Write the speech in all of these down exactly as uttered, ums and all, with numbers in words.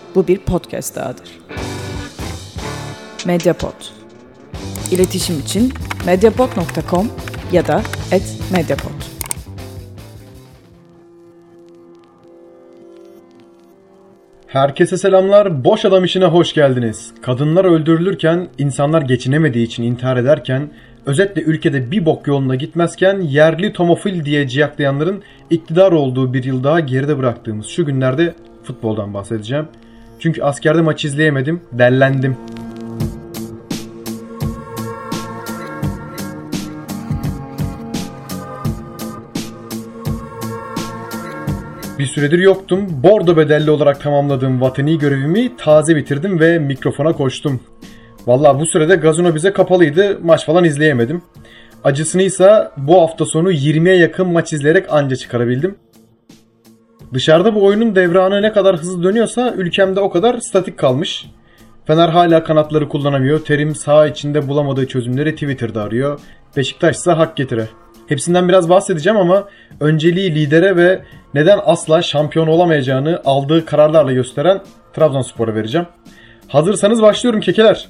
bu bir podcast dahadır. Mediapod. İletişim için mediapod nokta com ya da et mediapod. Herkese selamlar. Boş Adam işine hoş geldiniz. Kadınlar öldürülürken, insanlar geçinemediği için intihar ederken, özetle ülkede bir bok yoluna gitmezken yerli tomofil diye ciyaklayanların iktidar olduğu bir yıl daha geride bıraktığımız şu günlerde futboldan bahsedeceğim. Çünkü askerde maç izleyemedim, dellendim. Bir süredir yoktum. Bordo bedelli olarak tamamladığım vatani görevimi taze bitirdim ve mikrofona koştum. Vallahi bu sürede gazino bize kapalıydı. Maç falan izleyemedim. Acısınıysa bu hafta sonu yirmiye yakın maç izleyerek anca çıkarabildim. Dışarıda bu oyunun devranı ne kadar hızlı dönüyorsa ülkemde o kadar statik kalmış. Fener hala kanatları kullanamıyor. Terim saha içinde bulamadığı çözümleri Twitter'da arıyor. Beşiktaş ise hak getire. Hepsinden biraz bahsedeceğim ama önceliği lidere ve neden asla şampiyon olamayacağını aldığı kararlarla gösteren Trabzonspor'a vereceğim. Hazırsanız başlıyorum kekeler.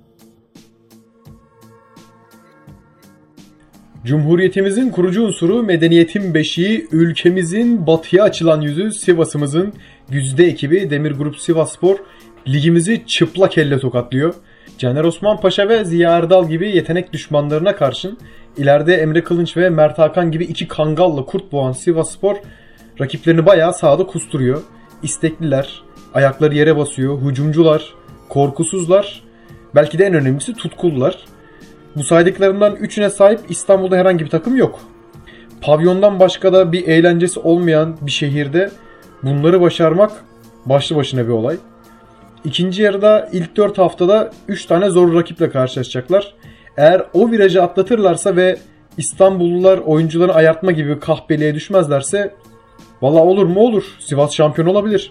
Cumhuriyetimizin kurucu unsuru, medeniyetin beşiği, ülkemizin batıya açılan yüzü, Sivas'ımızın güzide ekibi Demir Grup Sivasspor ligimizi çıplak elle tokatlıyor. Caner Osman Paşa ve Ziya Erdal gibi yetenek düşmanlarına karşın ileride Emre Kılınç ve Mert Hakan gibi iki kangalla kurt boğan Sivasspor rakiplerini bayağı sahada kusturuyor. İstekliler, ayakları yere basıyor, hücumcular, korkusuzlar, belki de en önemlisi tutkullar. Bu saydıklarımdan üçüne sahip İstanbul'da herhangi bir takım yok. Pavyondan başka da bir eğlencesi olmayan bir şehirde bunları başarmak başlı başına bir olay. İkinci yarıda ilk dört haftada üç tane zor rakiple karşılaşacaklar. Eğer o virajı atlatırlarsa ve İstanbullular oyuncuları ayartma gibi bir kahpeliğe düşmezlerse valla olur mu olur. Sivas şampiyon olabilir.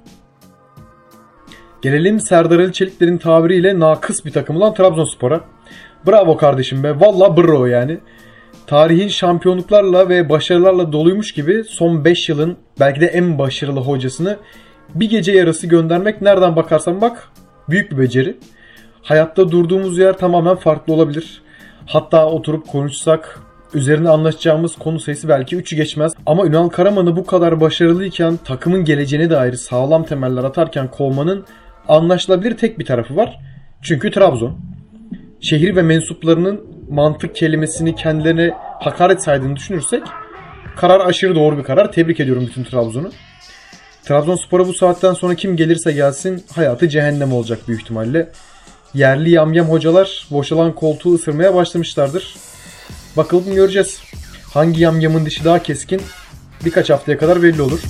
Gelelim Serdar Ali Çelikler'in tabiriyle nakıs bir takım olan Trabzonspor'a. Bravo kardeşim be. Valla bravo yani. Tarihin şampiyonluklarla ve başarılarla doluymuş gibi son beş yılın belki de en başarılı hocasını bir gece yarısı göndermek nereden bakarsan bak büyük bir beceri. Hayatta durduğumuz yer tamamen farklı olabilir. Hatta oturup konuşsak üzerine anlaşacağımız konu sayısı belki üçü geçmez. Ama Ünal Karaman'ı bu kadar başarılıyken takımın geleceğine dair sağlam temeller atarken kovmanın anlaşılabilir tek bir tarafı var. Çünkü Trabzon. Şehir ve mensuplarının mantık kelimesini kendilerine hakaret saydığını düşünürsek karar aşırı doğru bir karar. Tebrik ediyorum bütün Trabzon'u. Trabzonspor'a bu saatten sonra kim gelirse gelsin hayatı cehennem olacak büyük ihtimalle. Yerli yamyam hocalar boşalan koltuğu ısırmaya başlamışlardır. Bakalım göreceğiz. Hangi yamyamın dişi daha keskin birkaç haftaya kadar belli olur.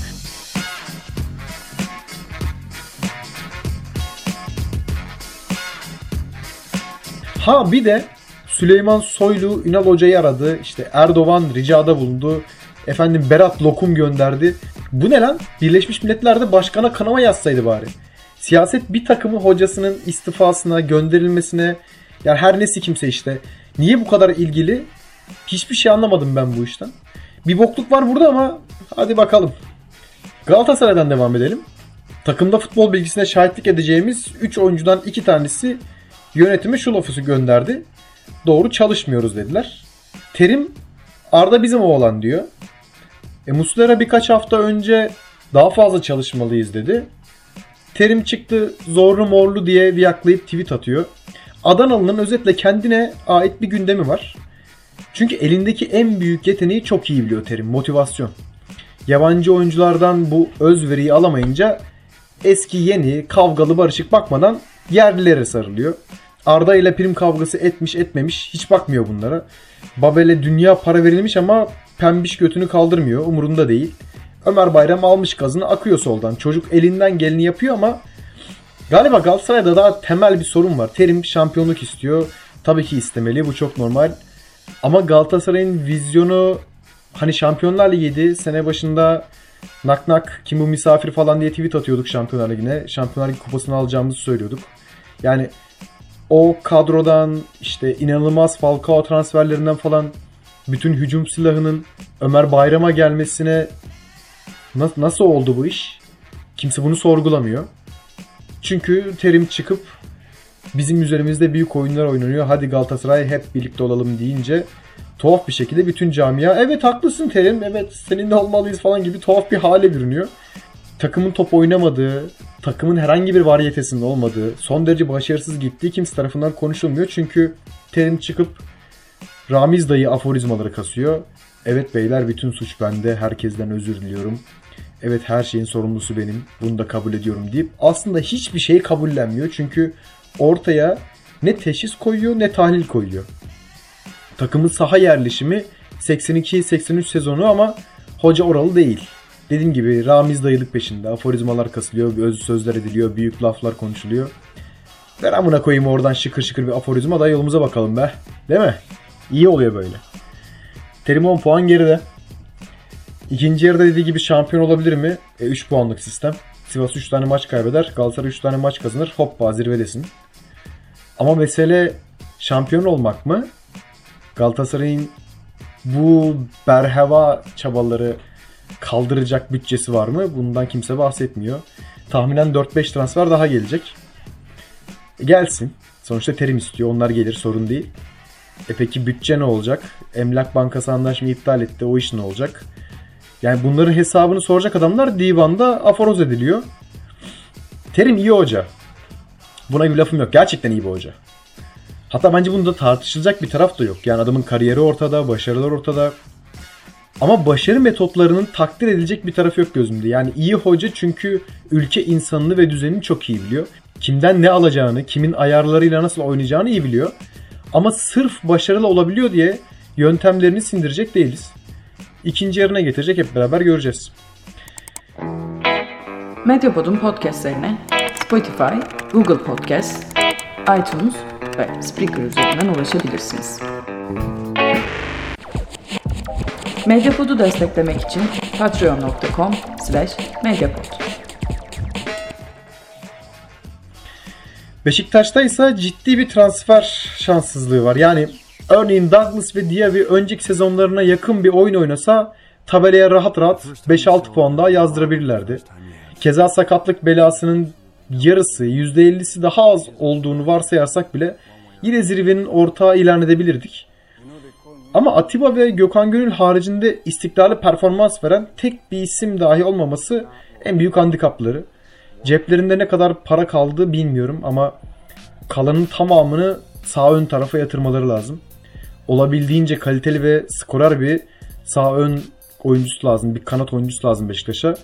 Ha bir de Süleyman Soylu Ünal Hoca'yı aradı. İşte Erdoğan ricada bulundu. Efendim Berat Lokum gönderdi. Bu ne lan? Birleşmiş Milletler'de başkana kanama yazsaydı bari. Siyaset bir takımı hocasının istifasına, gönderilmesine, yani her nesi kimse işte. Niye bu kadar ilgili? Hiçbir şey anlamadım ben bu işten. Bir bokluk var burada ama hadi bakalım. Galatasaray'dan devam edelim. Takımda futbol bilgisine şahitlik edeceğimiz üç oyuncudan iki tanesi yönetime şu lafı gönderdi. Doğru çalışmıyoruz dediler. Terim Arda bizim oğlan diyor. E Muslera birkaç hafta önce daha fazla çalışmalıyız dedi. Terim çıktı zorlu morlu diye viyaklayıp tweet atıyor. Adanalı'nın özetle kendine ait bir gündemi var. Çünkü elindeki en büyük yeteneği çok iyi biliyor Terim, motivasyon. Yabancı oyunculardan bu özveriyi alamayınca eski yeni kavgalı barışık bakmadan yerlilere sarılıyor. Arda ile prim kavgası etmiş etmemiş hiç bakmıyor bunlara. Babel'e dünya para verilmiş ama pembiş götünü kaldırmıyor, umurunda değil. Ömer Bayram almış gazını akıyor soldan. Çocuk elinden geleni yapıyor ama galiba Galatasaray'da daha temel bir sorun var. Terim şampiyonluk istiyor. Tabii ki istemeli, bu çok normal. Ama Galatasaray'ın vizyonu hani Şampiyonlar Ligi'ydi. Sene başında nak nak kim bu misafir falan diye tweet atıyorduk Şampiyonlar Ligi'ne. Şampiyonlar Ligi kupasını alacağımızı söylüyorduk. Yani o kadrodan işte inanılmaz Falcao transferlerinden falan bütün hücum silahının Ömer Bayram'a gelmesine nasıl, nasıl oldu bu iş? Kimse bunu sorgulamıyor. Çünkü Terim çıkıp bizim üzerimizde büyük oyunlar oynanıyor, hadi Galatasaray hep birlikte olalım deyince tuhaf bir şekilde bütün camia evet haklısın Terim, evet seninle olmalıyız falan gibi tuhaf bir hale bürünüyor. Takımın top oynamadığı, takımın herhangi bir varyetesinin olmadığı, son derece başarısız gittiği kimse tarafından konuşulmuyor. Çünkü Terim çıkıp Ramiz dayı aforizmaları kasıyor. Evet beyler, bütün suç bende, herkesten özür diliyorum. Evet her şeyin sorumlusu benim, bunu da kabul ediyorum deyip aslında hiçbir şeyi kabullenmiyor. Çünkü ortaya ne teşhis koyuyor ne tahlil koyuyor. Takımın saha yerleşimi seksen iki seksen üç sezonu ama hoca oralı değil. Dediğim gibi Ramiz dayılık peşinde. Aforizmalar kasılıyor, öz sözler ediliyor, büyük laflar konuşuluyor. Ver amına koyayım oradan şıkır şıkır bir aforizma da yolumuza bakalım be. Değil mi? İyi oluyor böyle. Terim on puan geride. İkinci yarıda dediği gibi şampiyon olabilir mi? E, üç puanlık sistem. Sivas üç tane maç kaybeder. Galatasaray üç tane maç kazanır. Hoppa zirvedesin. Ama mesele şampiyon olmak mı? Galatasaray'ın bu berheva çabaları kaldıracak bütçesi var mı? Bundan kimse bahsetmiyor. Tahminen dört beş transfer daha gelecek. E, gelsin. Sonuçta Terim istiyor. Onlar gelir. Sorun değil. E peki bütçe ne olacak? Emlak Bankası anlaşmayı iptal etti. O iş ne olacak? Yani bunların hesabını soracak adamlar divanda aforoz ediliyor. Terim iyi hoca. Buna bir lafım yok. Gerçekten iyi bir hoca. Hatta bence bunda tartışılacak bir taraf da yok. Yani adamın kariyeri ortada, başarılar ortada. Ama başarı metotlarının takdir edilecek bir tarafı yok gözümde. Yani iyi hoca çünkü ülke insanını ve düzenini çok iyi biliyor. Kimden ne alacağını, kimin ayarlarıyla nasıl oynayacağını iyi biliyor. Ama sırf başarılı olabiliyor diye yöntemlerini sindirecek değiliz. İkinci yarına getirecek, hep beraber göreceğiz. Medyapod'un podcastlerine Spotify, Google Podcast, iTunes ve Spreaker üzerinden ulaşabilirsiniz. Medyapod'u desteklemek için patreon nokta com slash medyapod. Beşiktaş'ta ise ciddi bir transfer şanssızlığı var. Yani örneğin Douglas ve Diaby önceki sezonlarına yakın bir oyun oynasa tabelaya rahat rahat beş altı puan daha yazdırabilirlerdi. Keza sakatlık belasının yarısı, yüzde ellisi daha az olduğunu varsayarsak bile yine zirvenin ortağı ilan edebilirdik. Ama Atiba ve Gökhan Gönül haricinde istikrarlı performans veren tek bir isim dahi olmaması en büyük handikapları. Ceplerinde ne kadar para kaldı bilmiyorum ama kalanın tamamını sağ ön tarafa yatırmaları lazım. Olabildiğince kaliteli ve skorer bir sağ ön oyuncusu lazım. Bir kanat oyuncusu lazım Beşiktaş'a.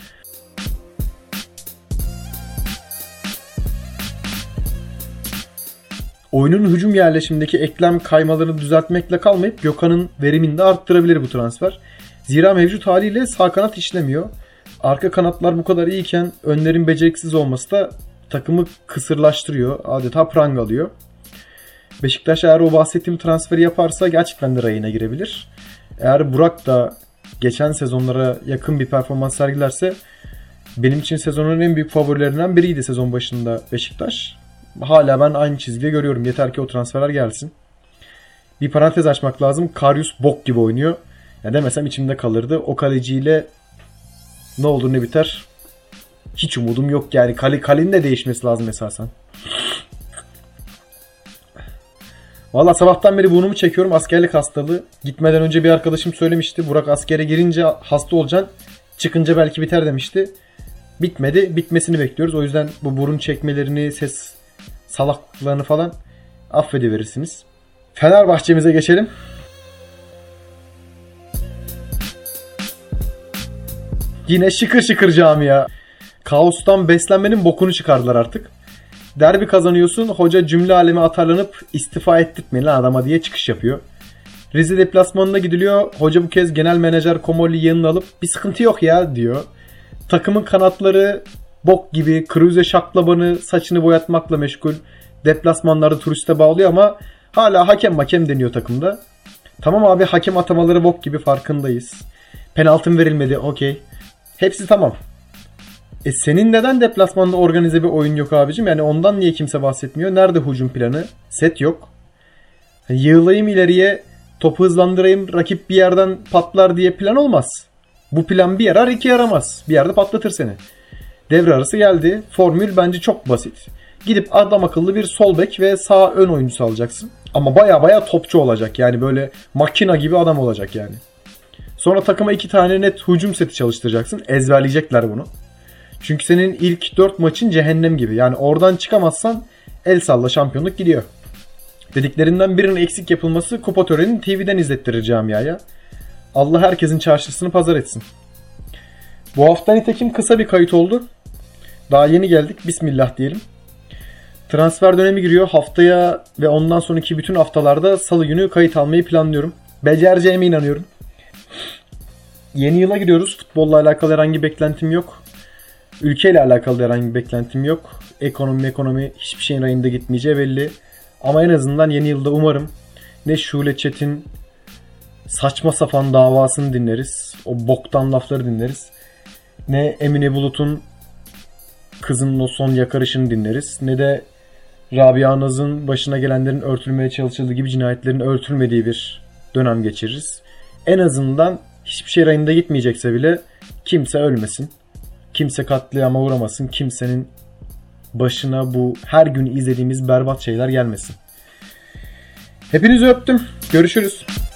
Oyunun hücum yerleşimindeki eklem kaymalarını düzeltmekle kalmayıp Gökhan'ın verimini de arttırabilir bu transfer. Zira mevcut haliyle sağ kanat işlemiyor. Arka kanatlar bu kadar iyiyken önlerin beceriksiz olması da takımı kısırlaştırıyor. Adeta prangalıyor. Beşiktaş eğer o bahsettiğim transferi yaparsa gerçekten de rayına girebilir. Eğer Burak da geçen sezonlara yakın bir performans sergilerse benim için sezonun en büyük favorilerinden biriydi sezon başında Beşiktaş. Hala ben aynı çizgiye görüyorum. Yeter ki o transferler gelsin. Bir parantez açmak lazım. Karius bok gibi oynuyor. Ya demesem içimde kalırdı. O kaleciyle ne olur ne biter hiç umudum yok yani. Kale, kalenin de değişmesi lazım esasen. Valla sabahtan beri burnumu çekiyorum. Askerlik hastalığı. Gitmeden önce bir arkadaşım söylemişti. Burak askere girince hasta olacaksın. Çıkınca belki biter demişti. Bitmedi. Bitmesini bekliyoruz. O yüzden bu burun çekmelerini, ses salaklarını falan affediverirsiniz. Fenerbahçe'mize geçelim. Yine şıkır şıkır camia. Kaostan beslenmenin bokunu çıkardılar artık. Derbi kazanıyorsun. Hoca cümle alemi atarlanıp istifa ettirtmeyin lan adama diye çıkış yapıyor. Rize deplasmanına gidiliyor. Hoca bu kez genel menajer Komolli'yi yanına alıp bir sıkıntı yok ya diyor. Takımın kanatları bok gibi. Cruze şaklabanı saçını boyatmakla meşgul. Deplasmanlarda turiste bağlıyor ama hala hakem hakem deniyor takımda. Tamam abi, hakem atamaları bok gibi, farkındayız. Penaltın verilmedi, okey. Hepsi tamam. E senin neden deplasmanda organize bir oyun yok abicim? Yani ondan niye kimse bahsetmiyor? Nerede hücum planı? Set yok. Yığılayım ileriye, topu hızlandırayım, rakip bir yerden patlar diye plan olmaz. Bu plan bir yarar iki yaramaz. Bir yerde patlatır seni. Devre arası geldi. Formül bence çok basit. Gidip adam akıllı bir sol bek ve sağ ön oyuncusu alacaksın. Ama baya baya topçu olacak. Yani böyle makina gibi adam olacak yani. Sonra takıma iki tane net hücum seti çalıştıracaksın. Ezberleyecekler bunu. Çünkü senin ilk dört maçın cehennem gibi. Yani oradan çıkamazsan el salla, şampiyonluk gidiyor. Dediklerinden birinin eksik yapılması kupa törenini T V'den izlettirir camiaya. Allah herkesin çarşısını pazar etsin. Bu hafta nitekim kısa bir kayıt oldu. Daha yeni geldik. Bismillah diyelim. Transfer dönemi giriyor. Haftaya ve ondan sonraki bütün haftalarda salı günü kayıt almayı planlıyorum. Becereceğime inanıyorum. Yeni yıla giriyoruz. Futbolla alakalı herhangi bir beklentim yok. Ülkeyle alakalı herhangi bir beklentim yok. Ekonomi ekonomi hiçbir şeyin rayında gitmeyeceği belli. Ama en azından yeni yılda umarım ne Şule Çetin saçma sapan davasını dinleriz. O boktan lafları dinleriz. Ne Emine Bulut'un kızının o son yakarışını dinleriz. Ne de Rabia Naz'ın başına gelenlerin örtülmeye çalışıldığı gibi cinayetlerin örtülmediği bir dönem geçiririz. En azından hiçbir şey rayında gitmeyecekse bile kimse ölmesin. Kimse katliama uğramasın. Kimsenin başına bu her gün izlediğimiz berbat şeyler gelmesin. Hepinizi öptüm. Görüşürüz.